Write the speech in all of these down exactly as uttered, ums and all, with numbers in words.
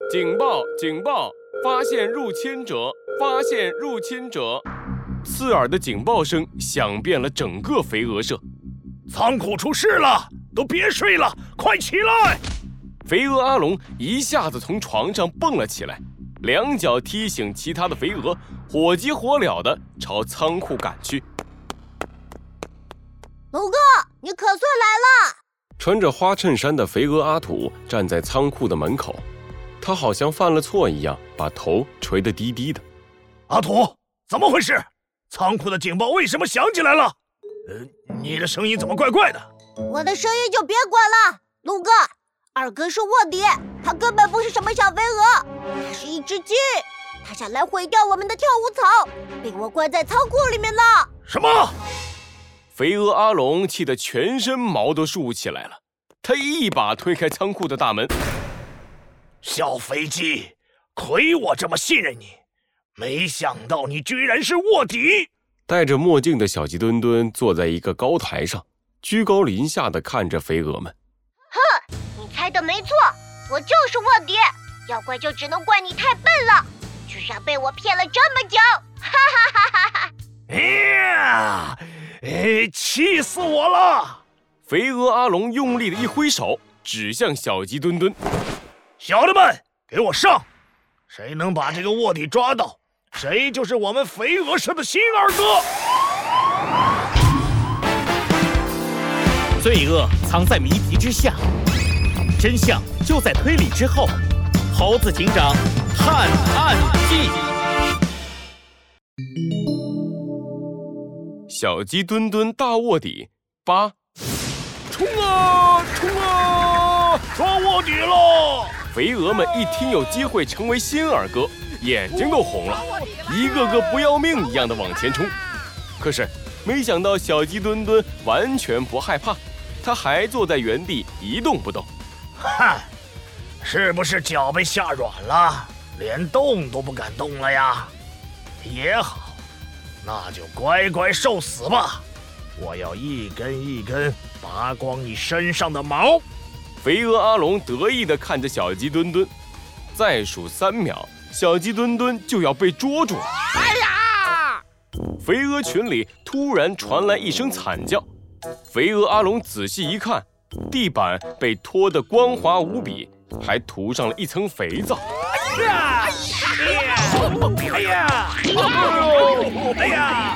警报！警报！发现入侵者！发现入侵者！刺耳的警报声响遍了整个肥鹅社。 仓库出事了，都别睡了，快起来！ 肥鹅阿龙一下子从床上蹦了起来，两脚踢醒其他的肥鹅，火急火燎地朝仓库赶去。 龙哥，你可算来了！ 穿着花衬衫的肥鹅阿土站在仓库的门口，他好像犯了错一样，把头垂得低低的。 阿土，怎么回事？仓库的警报为什么响起来了？呃，你的声音怎么怪怪的？ 我的声音就别管了，龙哥，二哥是卧底，他根本不是什么小肥鹅，他是一只鸡，他想来毁掉我们的跳舞草，被我关在仓库里面呢。 什么？ 肥鹅阿龙气得全身毛都竖起来了，他一把推开仓库的大门。 小肥鸡，亏我这么信任你，没想到你居然是卧底。 戴着墨镜的小鸡墩墩坐在一个高台上，居高临下地看着肥鹅们。 哼，你猜的没错，我就是卧底，要怪就只能怪你太笨了，居然被我骗了这么久，哈哈哈哈哈！ 哎呀，哎，气死我了！ 肥鹅阿龙用力的一挥手，指向小鸡墩墩。 小的们，给我上！谁能把这个卧底抓到，谁就是我们肥鹅社的新二哥。 罪恶藏在谜题之下，真相就在推理之后。猴子警长探案记。 小鸡墩墩大卧底八， 冲啊冲啊！抓卧底了！ 肥鹅们一听有机会成为新二哥，眼睛都红了，一个个不要命一样的往前冲。可是没想到小鸡墩墩完全不害怕，他还坐在原地一动不动。 哼，是不是脚被吓软了，连动都不敢动了呀？也好，那就乖乖受死吧！我要一根一根拔光你身上的毛。 肥鹅阿龙得意地看着小鸡墩墩，再数三秒，小鸡墩墩就要被捉住了。 哎呀！ 肥鹅群里突然传来一声惨叫，肥鹅阿龙仔细一看，地板被拖得光滑无比，还涂上了一层肥皂。 哎呀！哎呀！哎呀！哎呀！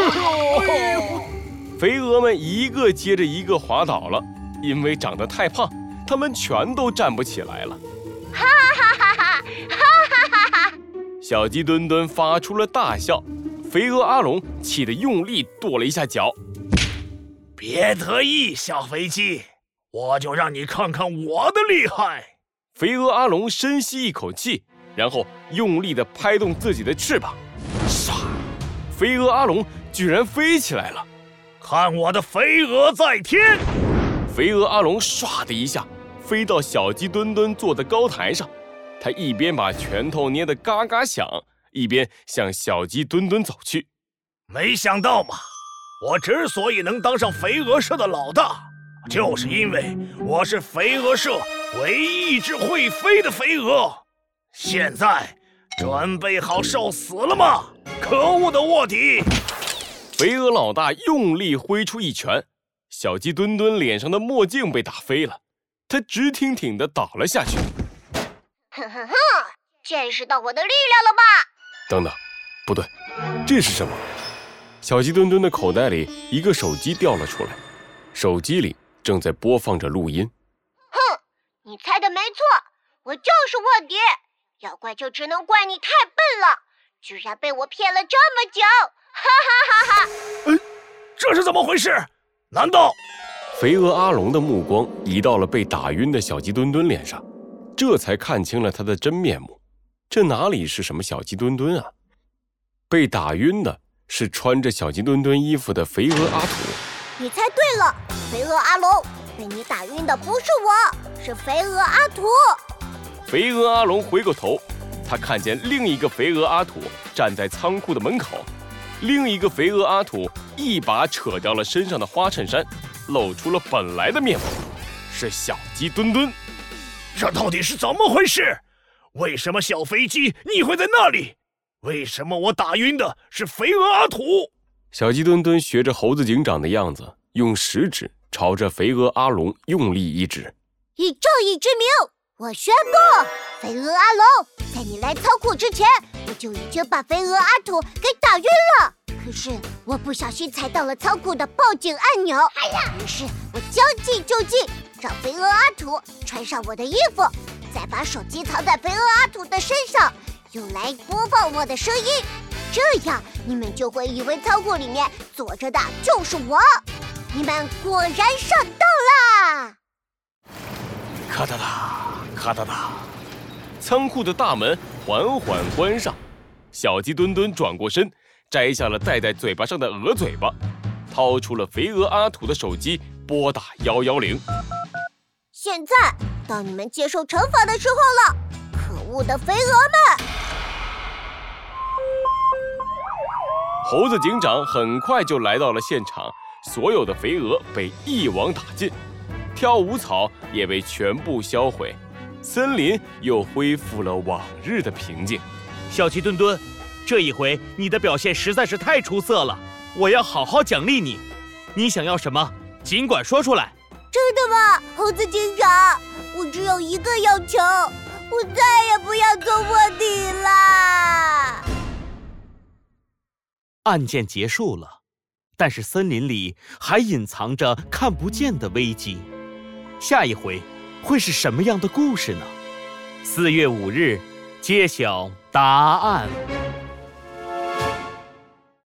肥鹅们一个接着一个滑倒了，因为长得太胖，他们全都站不起来了。 哈哈哈哈！哈哈哈！ 小鸡墩墩发出了大笑，肥鹅阿龙气得用力跺了一下脚。 别得意，小肥鸡，我就让你看看我的厉害。 肥鹅阿龙深吸一口气，然后用力地拍动自己的翅膀，唰！肥鹅阿龙居然飞起来了。 看我的飞蛾在天！ 肥鹅阿龙唰的一下飞到小鸡墩墩坐的高台上，他一边把拳头捏得嘎嘎响，一边向小鸡墩墩走去。 没想到嘛，我之所以能当上肥鹅社的老大，就是因为我是肥鹅社唯一一只会飞的肥鹅。现在准备好受死了吗？可恶的卧底！ 肥鹅老大用力挥出一拳，小鸡墩墩脸上的墨镜被打飞了，他直挺挺地倒了下去。 哼哼哼，见识到我的力量了吧？ 等等，不对，这是什么？小鸡墩墩的口袋里一个手机掉了出来，手机里正在播放着录音。 哼，你猜的没错，我就是卧底，要怪就只能怪你太笨了，居然被我骗了这么久，哈哈哈哈！ 呃，这是怎么回事？难道…… 肥鹅阿龙的目光移到了被打晕的小鸡墩墩脸上，这才看清了他的真面目。这哪里是什么小鸡墩墩啊？被打晕的是穿着小鸡墩墩衣服的肥鹅阿土。 你猜对了，肥鹅阿龙，被你打晕的不是我，是肥鹅阿土。 肥鹅阿龙回过头，他看见另一个肥鹅阿土站在仓库的门口，另一个肥鹅阿土一把扯掉了身上的花衬衫，露出了本来的面目，是小鸡墩墩。 这到底是怎么回事？ 为什么小飞机你会在那里？为什么我打晕的是肥鹅阿土？ 小鸡墩墩学着猴子警长的样子，用食指朝着肥鹅阿龙用力一指。 以正义之名，我宣布，肥鹅阿龙，在你来仓库之前，我就已经把肥鹅阿土给打晕了。可是我不小心踩到了仓库的报警按钮，哎呀！于是我将计就计，让肥鹅阿土穿上我的衣服，再把手机藏在肥鹅阿土的身上，用来播放我的声音。这样你们就会以为仓库里面坐着的就是我。你们果然上当啦！ 咔嗒嗒，咔嗒嗒，仓库的大门缓缓关上。小鸡墩墩转过身，摘下了戴在嘴巴上的鹅嘴巴，掏出了肥鹅阿土的手机，拨打一一零。 现在到你们接受惩罚的时候了，可恶的肥鹅们！ 猴子警长很快就来到了现场，所有的肥鹅被一网打尽，跳舞草也被全部销毁，森林又恢复了往日的平静。 小鸡墩墩，这一回你的表现实在是太出色了，我要好好奖励你。你想要什么，尽管说出来。 真的吗，猴子警长？我只有一个要求，我再也不要做卧底啦。 案件结束了，但是森林里还隐藏着看不见的危机。下一回会是什么样的故事呢？四月五日揭晓答案。